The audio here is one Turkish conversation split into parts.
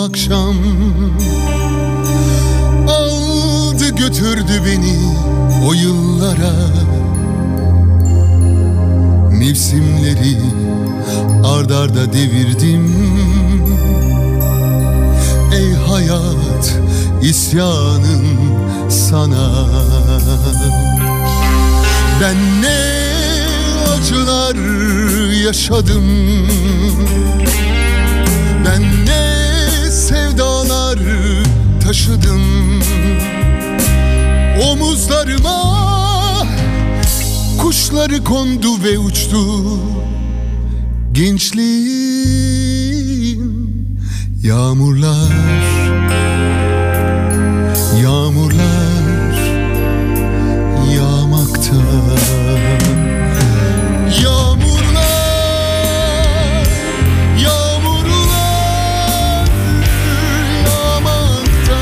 akşam. Aldı götürdü beni o yıllara. Mevsimleri ard arda devirdim. Ey hayat, isyanım sana. Ben ne acılar yaşadım, ben ne sevdalar taşıdım. Omuzlarıma kuşları kondu ve uçtu. Gençliğim yağmurlar, yağmurlar yağmakta. Yağmurlar, yağmurlar yağmakta.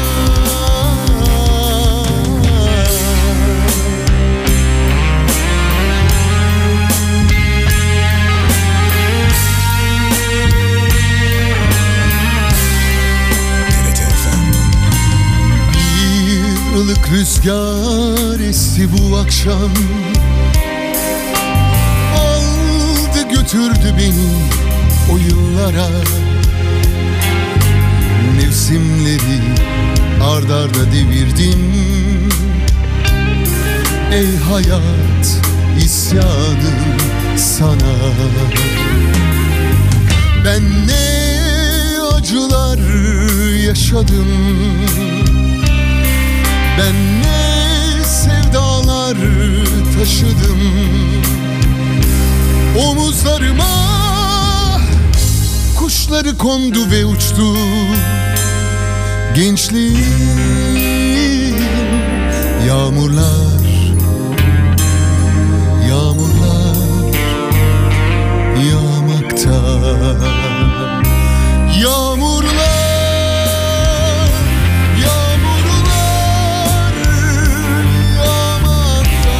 Bir ılık rüzgar esti bu akşam. Götürdü beni o yıllara. Mevsimleri ard arda devirdim. Ey hayat, isyanım sana. Ben ne acılar yaşadım, ben ne sevdalar taşıdım. Omuzlarıma kuşları kondu ve uçtu. Gençliğim yağmurlar, yağmurlar yağmakta. Yağmurlar, yağmurlar yağmakta.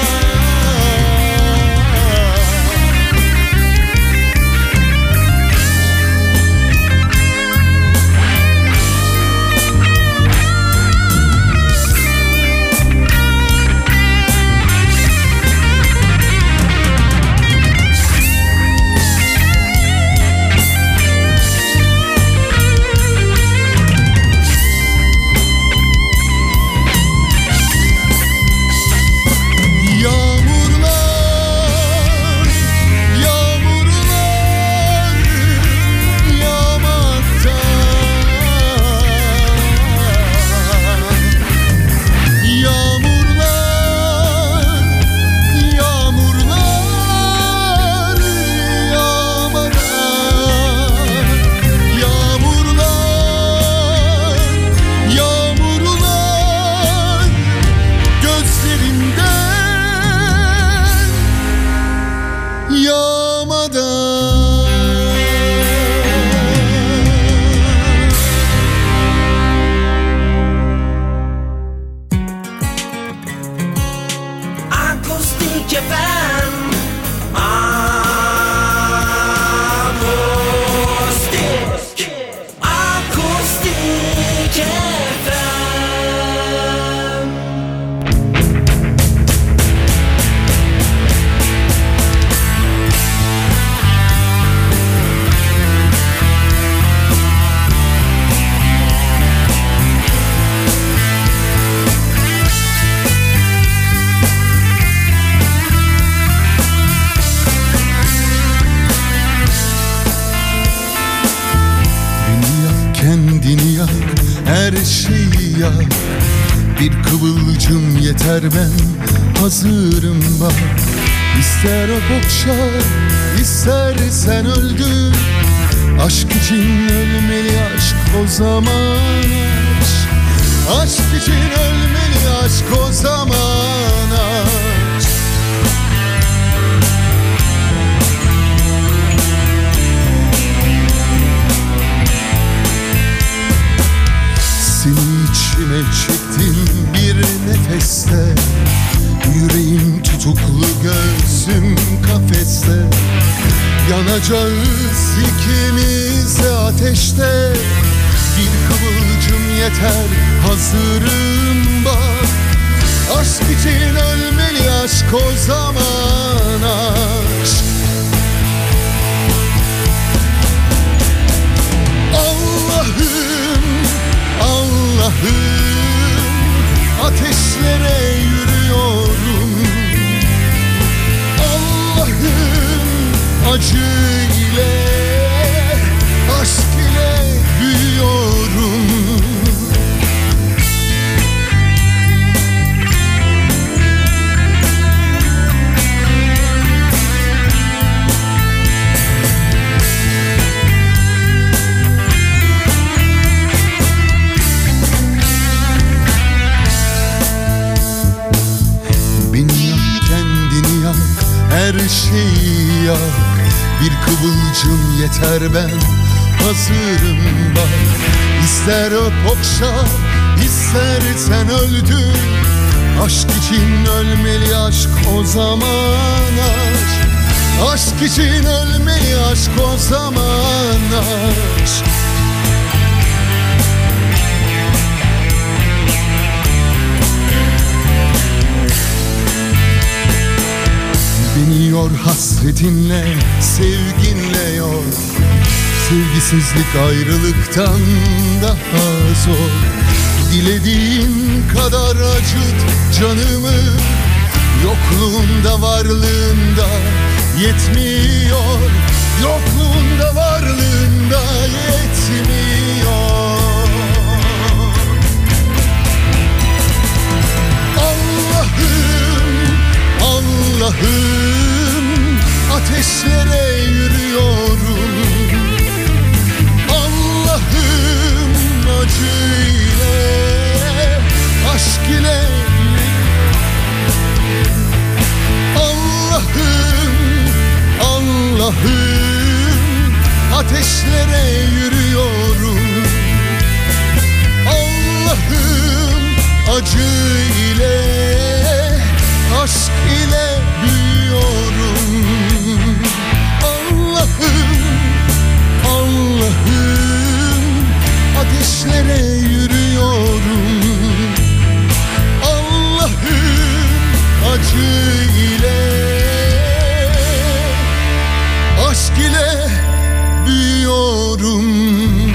Bir kıvılcım yeter, ben hazırım bak. İster o bokşa, istersen öldür. Aşk için ölmeli aşk, o zaman aşk. Aşk için ölmeli aşk, o zaman aşk. Seni içime çektim bir nefeste. Yüreğim tutuklu, göğsüm kafeste. Yanacağız ikimiz de ateşte. Bir kıvılcım yeter, hazırım bak. Aşk için ölmeli aşk, o zaman aşk. Allah'ım, Allah'ım, ateşlere yürüyorum. Allah'ım, acı ile, aşk ile büyüyorum. Her şeyi yak, bir kıvılcım yeter, ben hazırım bak. İster öp okşa, istersen öldür. Aşk için ölmeli aşk, o zaman aşk. Aşk için ölmeli aşk, o zaman aşk. Beni yor hasretinle, sevginle yor. Sevgisizlik ayrılıktan daha zor. Dilediğin kadar acıt canımı. Yokluğunda varlığında yetmiyor. Yokluğunda varlığında yetmiyor. Allah'ım, Allah'ım, ateşlere yürüyorum. Allah'ım, acı ile, aşk ile. Allah'ım, Allah'ım, ateşlere yürüyorum. Allah'ım, acı ile, aşk ile büyüyorum. Allah'ım, Allah'ım, ateşlere yürüyorum. Allah'ım, acı ile, aşk ile büyüyorum.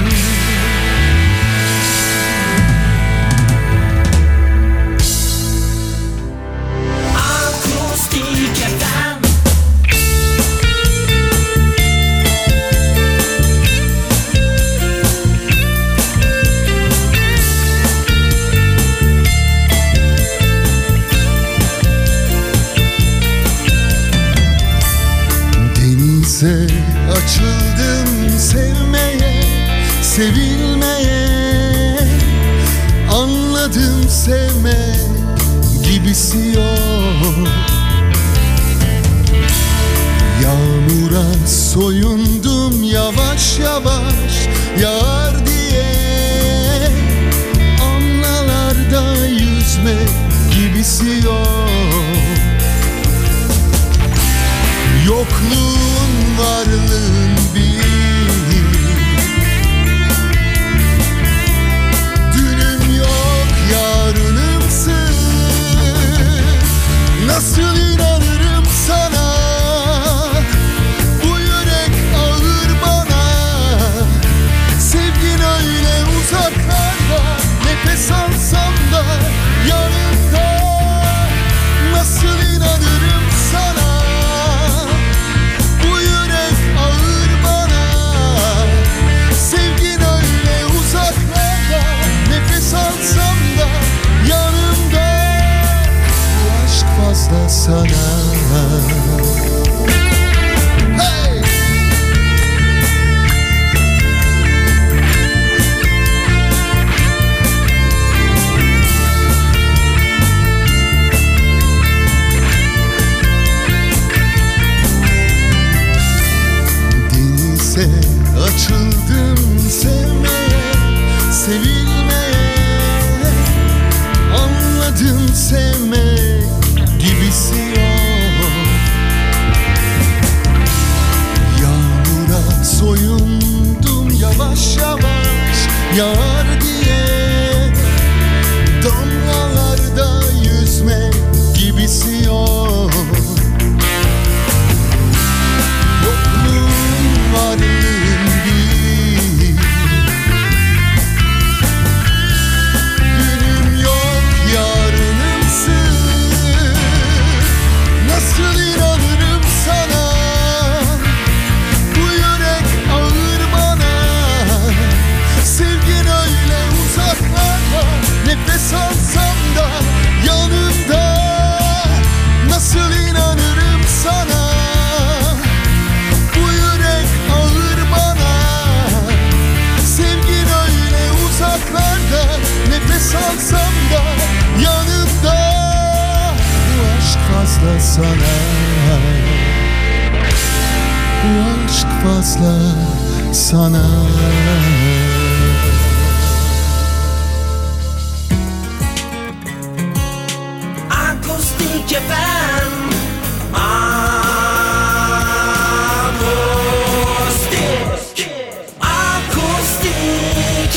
Denize açıldım sevmeye, sevilmeye. Anladım sevmek gibisi yok. Yağmura soyundum yavaş yavaş, yağar diye. Anlalarda yüzmek gibisi yok. Yokluğun varlığın bir. Dünüm yok, yarınımsın. Nasıl inanırım sana? Bu yürek ağır bana. Sevgin öyle uzaklarda, nefes alsam da yanımda. Nasıl inanırım sana? Fazla sana. Hey! Denize açıldım sevmeye, sevilmeye. Anladım sevmek gibisi yok. fazla sana, bu aşk fazla sana. Akustik FM, Akustik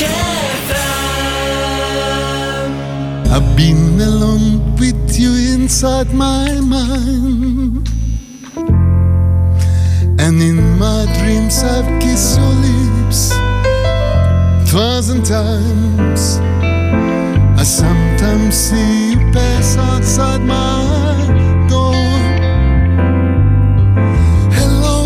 FM. I've been alone with you inside my mind, and in my dreams I've kissed your lips 1,000 times. I sometimes see you pass outside my door. Hello,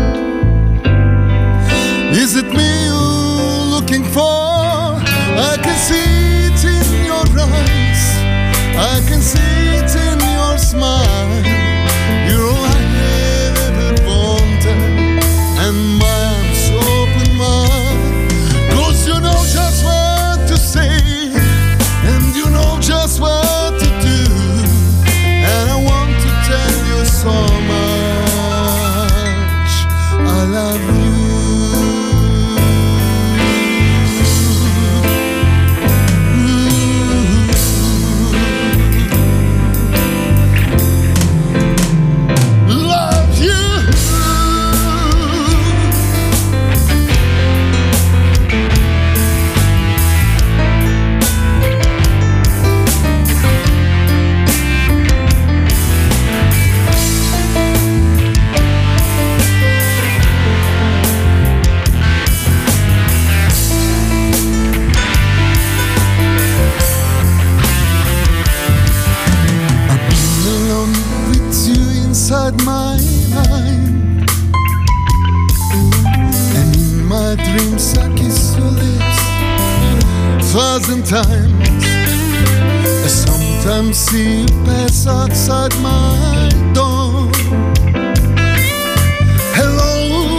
is it me you're looking for? I can see it in your eyes, I can see it in your smile. You're all I ever wanted, and my arms open wide. 'Cause you know just what to say, and you know just what to do, and I want to tell you so much I love you. Inside my mind, and in my dreams I kiss your lips 1,000 times. I sometimes see you pass outside my door. Hello,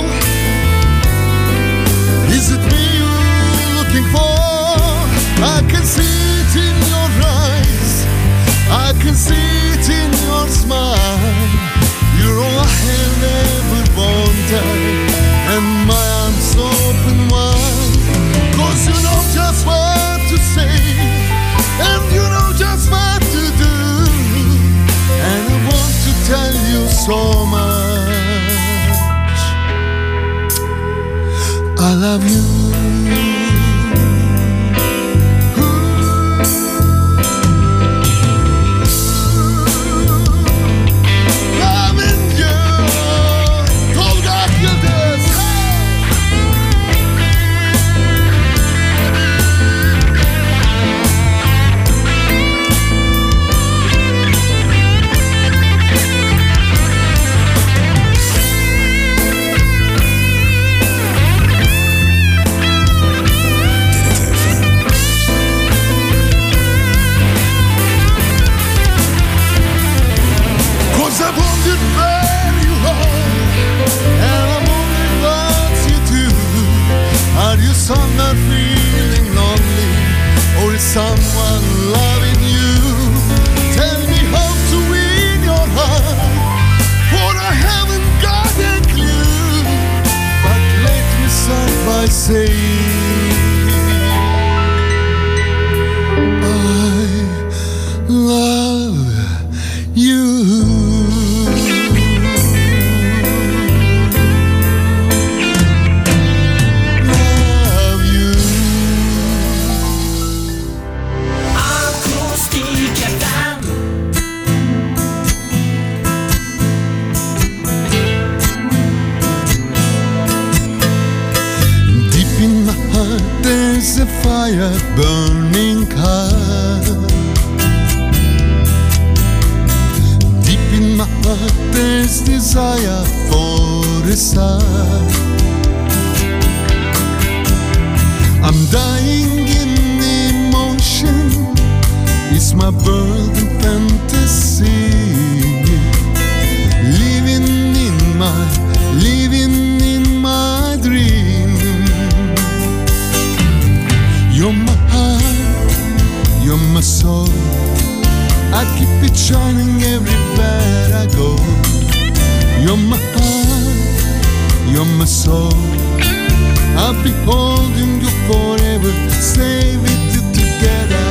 is it me you're looking for? I can see it in your eyes, I can see it in your smile. You're all I have ever wanted, and my arms open wide. 'Cause you know just what to say, and you know just what to do, and I want to tell you so much I love you. Not feeling lonely, or is someone loving you? Tell me how to win your heart, for I haven't got a clue. But let me start by saying I love you. There's a fire burning high. Deep in my heart there's desire for a sigh. I'm dying in emotion, it's my burden fantasy. Living in my dream. You're my heart, you're my soul. I keep it shining everywhere you're my soul. I'll be holding you forever, stay with you together.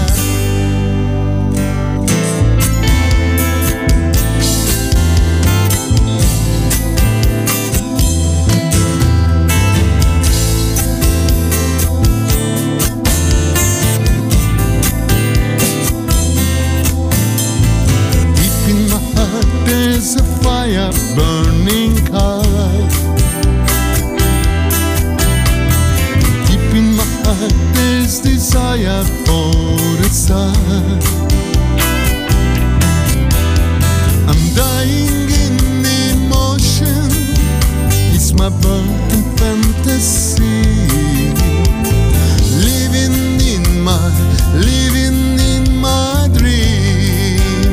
Deep in my heart there's a fire burning high. There's desire for the sun. I'm dying in emotion. It's my burning fantasy. Living in my dream.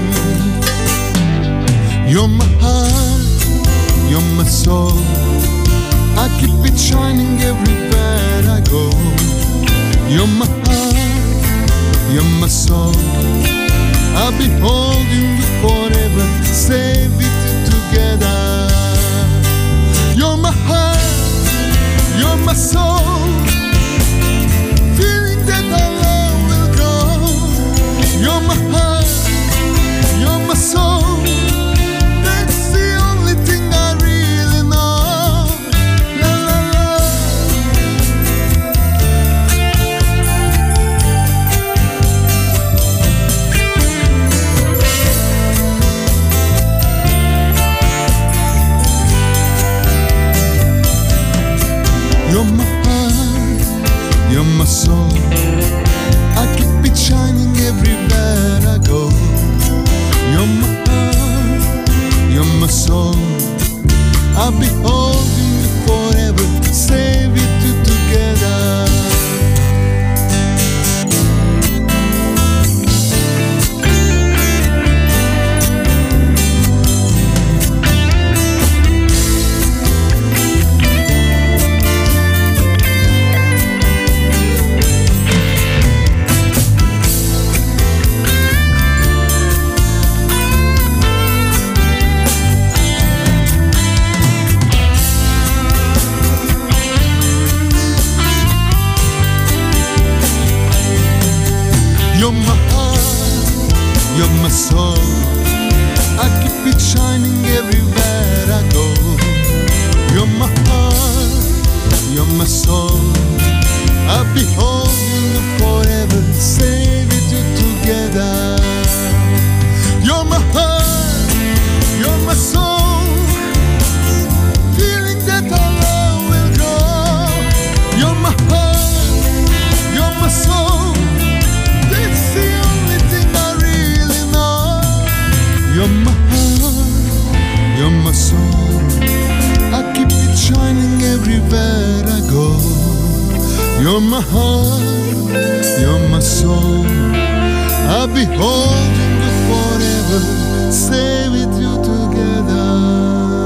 You're my heart, you're my soul. I keep it shining everywhere I go. You're my heart, you're my soul. I'll be holding you forever, stay with you together. You're my heart, you're my soul. Feeling that our love will grow. You're my heart, you're my soul. That's the only thing I really know. La la la. You're my heart, you're my soul. I keep it shining everywhere I go. You're my heart, you're my soul. I'll be holding you forever, stay with you together. You're my heart, you're my soul. I keep it shining everywhere I go. You're my heart, you're my soul. I'll be holding you forever, stay with you together. You're my heart, you're my soul. Feeling that our love will grow. You're my heart, you're my soul. That's the only thing I really know. You're my heart, you're my soul. I keep it shining everywhere I go. You're my heart, you're my soul. I'll be holding you forever, stay with you together.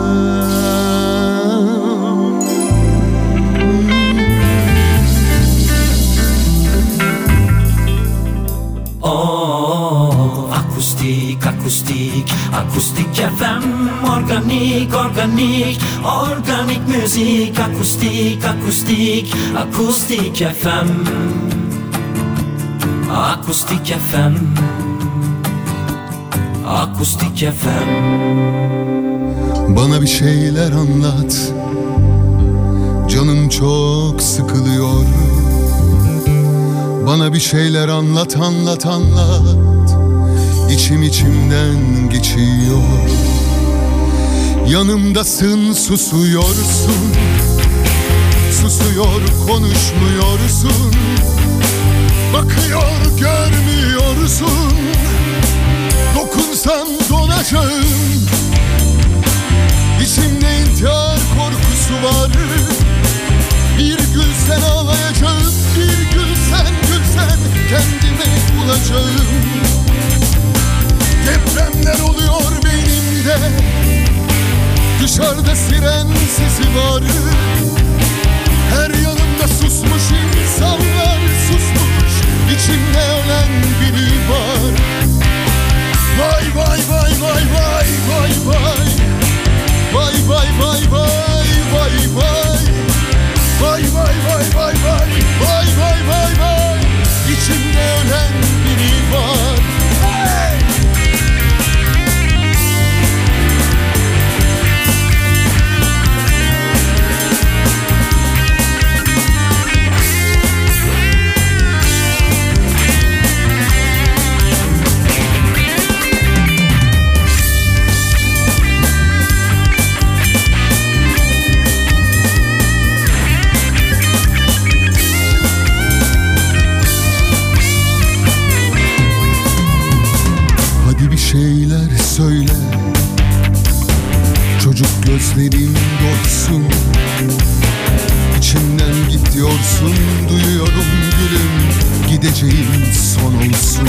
Akustik, akustik, akustik FM. Organik, organik, organik müzik. Akustik, akustik, akustik FM. Akustik FM. Akustik FM. Bana bir şeyler anlat. Canım çok sıkılıyor. Bana bir şeyler anlat, anlat, anlat. İçim içimden geçiyor. Yanımdasın, susuyorsun. Susuyor, konuşmuyorsun. Bakıyor, görmüyorsun. Dokunsan donacağım. İçimde intihar korkusu var. Bir gülsen ağlayacağım. Bir gülsen kendime bulacağım. Depremler oluyor beynimde. Dışarıda siren sesi var. Her yanımda susmuş insanlar, susmuş. İçimde ölen biri var. Vay vay vay vay vay vay vay. Vay vay vay vay vay çocuk gözlerin dolsun. İçimden git diyorsun, duyuyorum gülüm, gideceğim son olsun.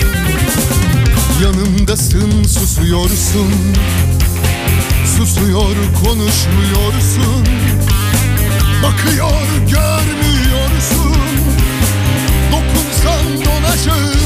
Yanımdasın, susuyorsun, susuyor konuşmuyorsun. Bakıyor görmüyorsun, dokunsan donacağım.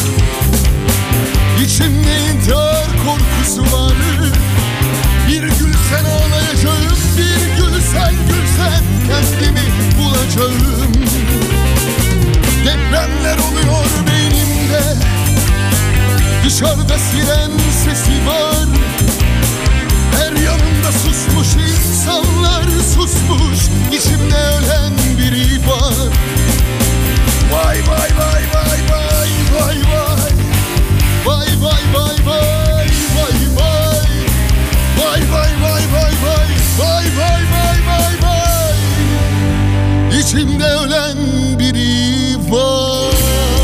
İçimde intihar korkusu var. Bir gülsen ağlayacağım, bir gülsen gülsen kendimi bulacağım. Depremler oluyor beynimde, dışarıda siren sesi var. Her yanımda susmuş insanlar, susmuş, içimde ölen biri var. Vay vay vay vay vay vay vay. Vay vay vay vay vay vay. Vay vay vay vay vay. Vay vay vay vay vay. İçimde ölen biri var.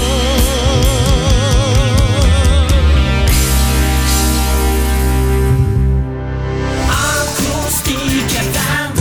Akustik FM.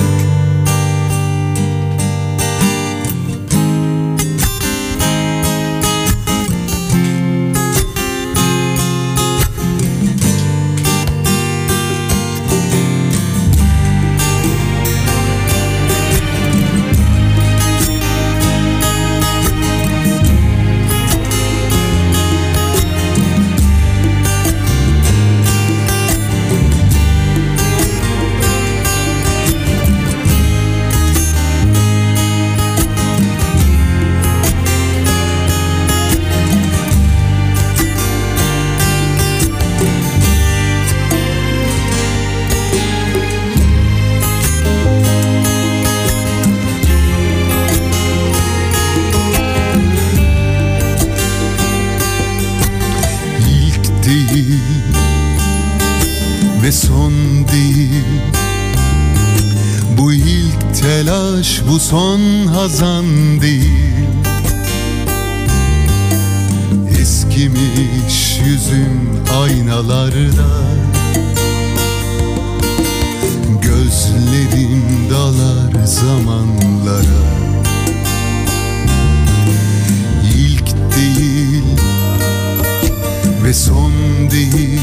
Ve son değil, bu ilk telaş, bu son hazan değil. Eskimiş yüzüm aynalarda, gözlerim dalar zamanlara. İlk değil ve son değil,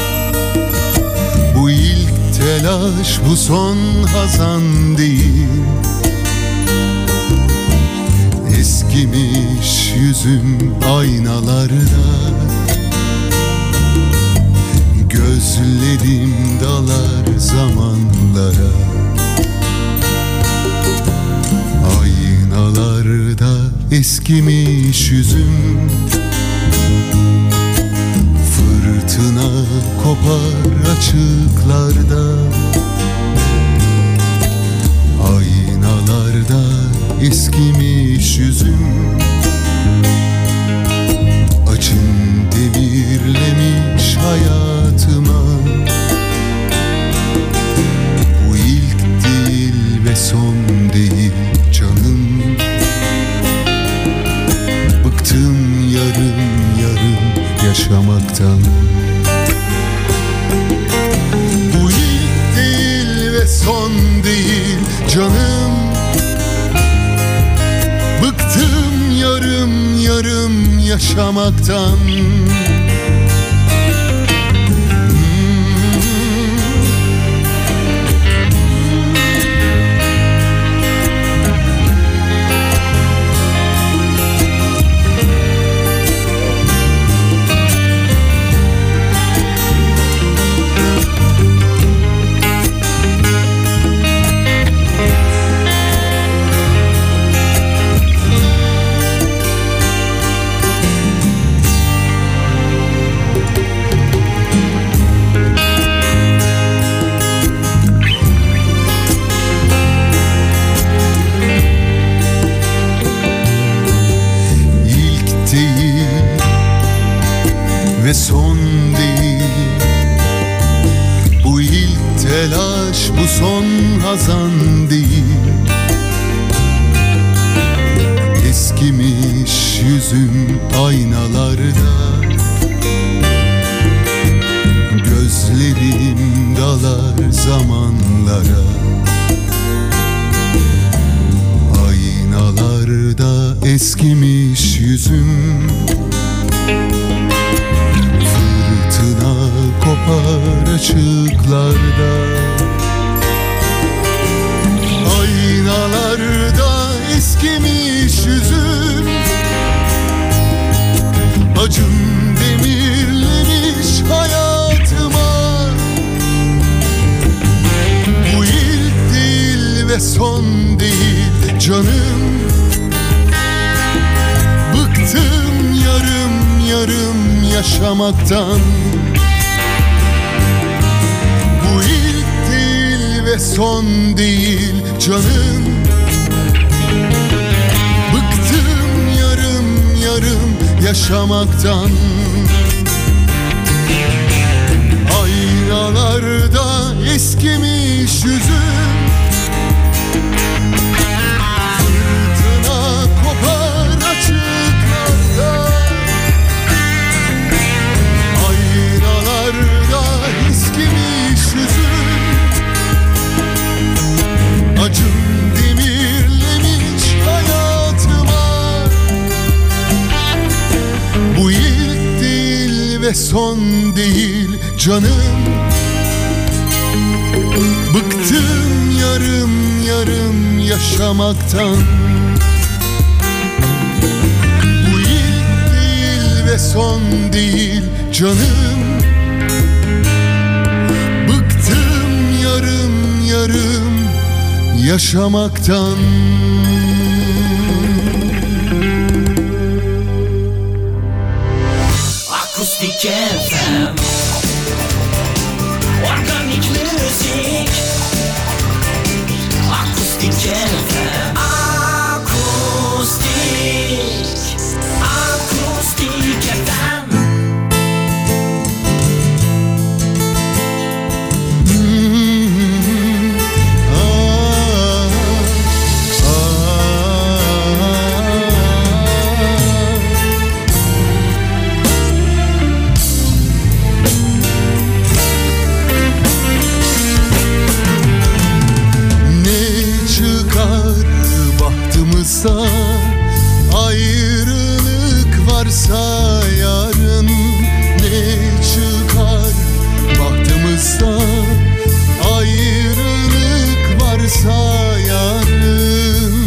bu ilk telaş, bu son hazan değil. Eskimiş yüzüm aynalarda, gözlerim dalar zamanlara. Aynalarda eskimiş yüzüm, fırtına kopar açıklarda. Aynalarda eskimiş yüzüm, acın demirlemiş hayatıma. Bu ilk değil ve son değil canım. Bıktım yarım yarım yaşamaktan. Bu ilk değil ve son değil canım. Bıktım yarım yarım yaşamaktan. Ve son değil, bu ilk telaş, bu son hazan değil. Eskimiş yüzüm aynalarda, gözlerim dalar zamanlara. Aynalarda eskimiş yüzüm, fırtına kopar açıklarda. Aynalarda eskimiş yüzüm, acım demirlemiş hayatıma. Bu ilk değil ve son değil canım. Bıktım yarım yarım yaşamaktan. Bu ilk değil ve son değil canım. Bıktım yarım yarım yaşamaktan. Aynalarda eskimiş yüzüm, fırtına kopar açıklarda. Aynalarda eskimiş yüzüm, acım demirlemiş hayatıma. Bu ilk değil ve son değil canım. Bıktım yarım yarım yaşamaktan. Bu ilk değil ve son değil canım. Bıktım yarım yarım yaşamaktan. Akustik FM, organik müzik. Akustik FM, akustik, akustik FM. Ayrılık varsa yarın, ne çıkar bahtımızda? Ayrılık varsa yarın.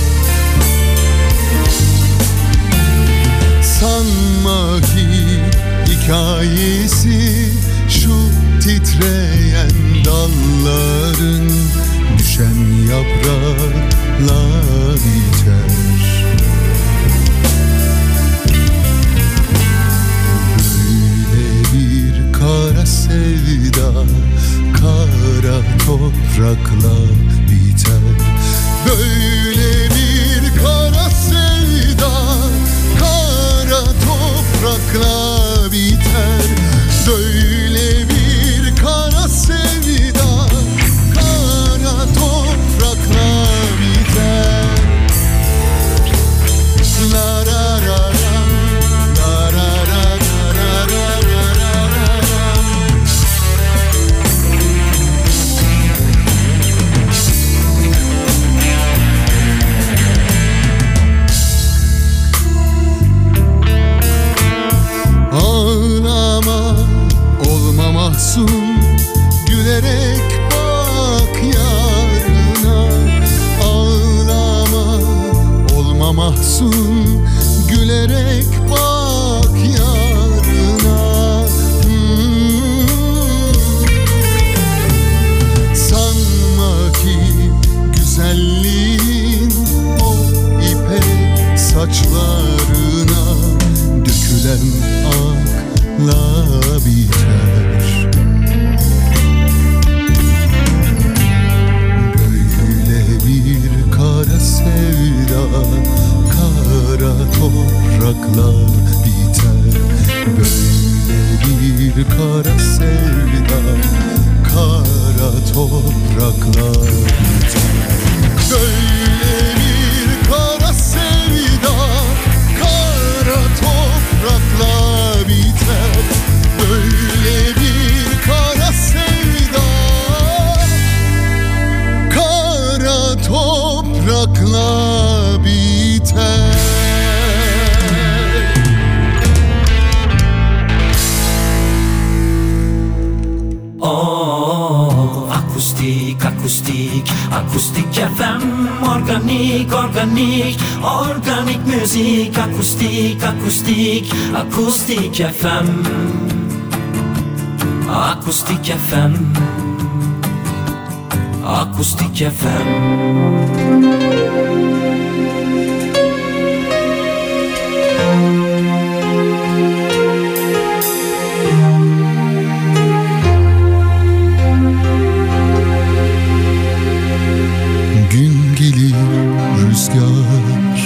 Sanma ki hikayesi şu titreyen dalların, düşen yaprakla biter. Böyle bir kara sevda kara toprakla biter. Böyle bir kara sevda kara toprakla biter. Böyle bir kara sevda kara toprakla biter. La la la la, la la la la la la la. Ağlama, olma mahzun, gülerek bak yarına. Ağlama, olma mahzun, gülerek bak yarına. Sanma ki güzelliğin o ipek saçlarına dökülen akla biter. Böyle bir kara sevda kara toprakla biter. Böyle bir kara sevda kara toprakla biter. Böyle bir kara sevda kara toprakla biter. Böyle bir kara sevda Akustik, akustik, akustik FM. Organik, organik, organik müzik. Akustik, akustik, akustik FM. Akustik FM. Akustik FM. Gün gelir rüzgar,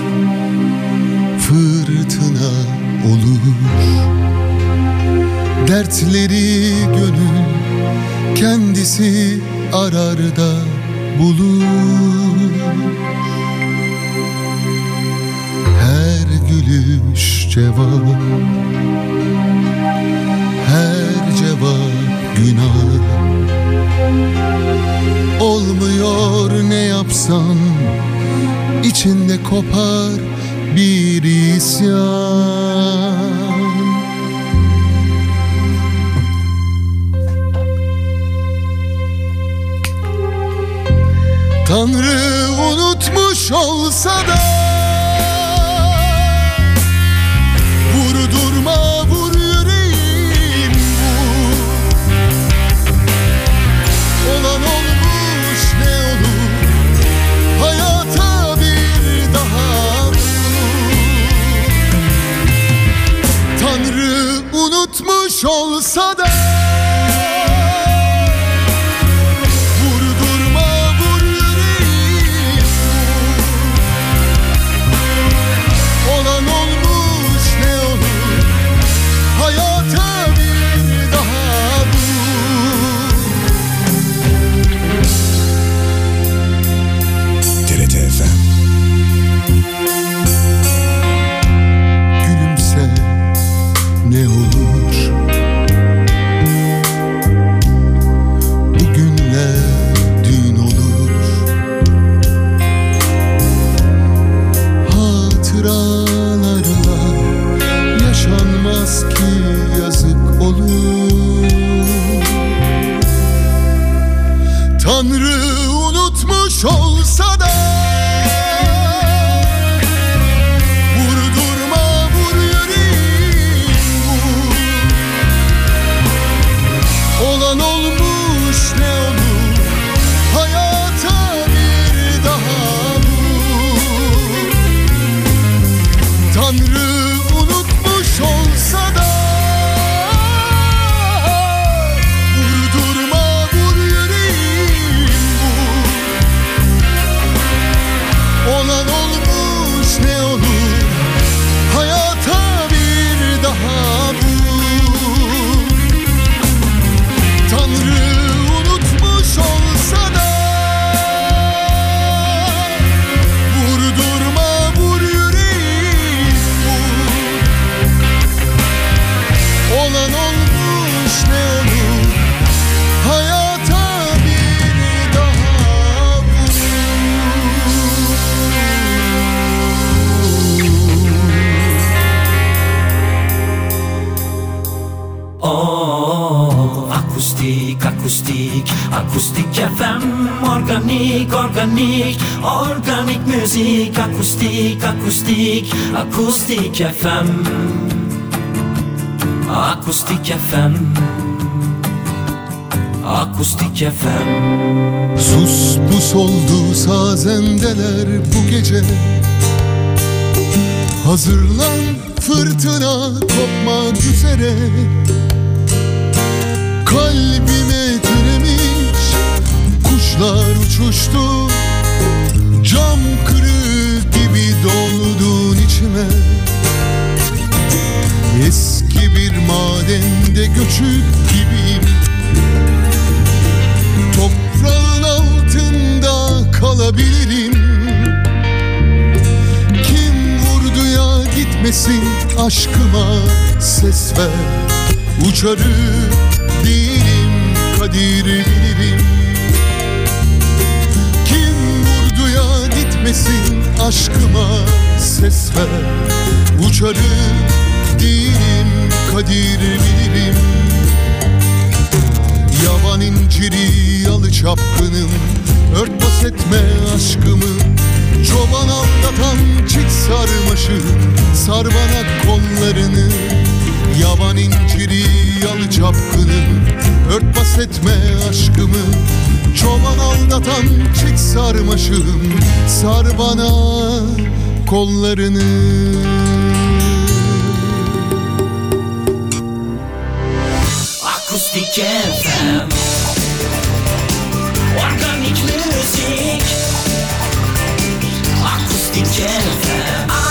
fırtına olur. Dertleri gönül kendisi arar da bulur. Her gülüş cevap, her cevap günah. Olmuyor ne yapsan, içinde kopar bir isyan. Tanrı unutmuş olsa da vurdurma, vur yüreğim bu. Olan olmuş ne olur, hayata bir daha vur. Tanrı unutmuş olsa da Tanrı unutmuş olsa da vurdurma, vur yüreğim bu. Olan olmuş ne olur, hayata bir daha vur. Tanrı unutmuş olsa da olan olmuş ne olur, hayata bir daha vur. Tanrı unutmuş olsa da vurdurma, vur yüreğim bu. Olan olmuş ne olur, hayata bir daha vur. Akustik, akustik, akustik FM. Organik, organik, organik müzik. Akustik, akustik, akustik FM. Akustik FM. Akustik FM. Sus pus oldu sazendeler bu gece. Hazırlan, fırtına kopmak üzere. Kalbime diremiş kuşlar uçuştu. Cam kırık gibi doldun içime. Eski bir madende göçük gibiyim. Toprağın altında kalabilirim. Kim vurdu ya gitmesin aşkıma ses ver. Uçarı değilim, kadir bilirim. Kim vurdu ya gitmesin aşkıma ses ver. Uçarı değilim, kadir bilirim. Yaban inciri yalı çapkınım, örtbas etme aşkımı. Çoban aldatan çift sarmaşı, sar bana kollarını. Yaban inciri yalı çapkınım, örtbas etme aşkımı. Çoban aldatan çift sarmaşım, sar bana kollarını. Akustik FM, organik müzik. Akustik FM.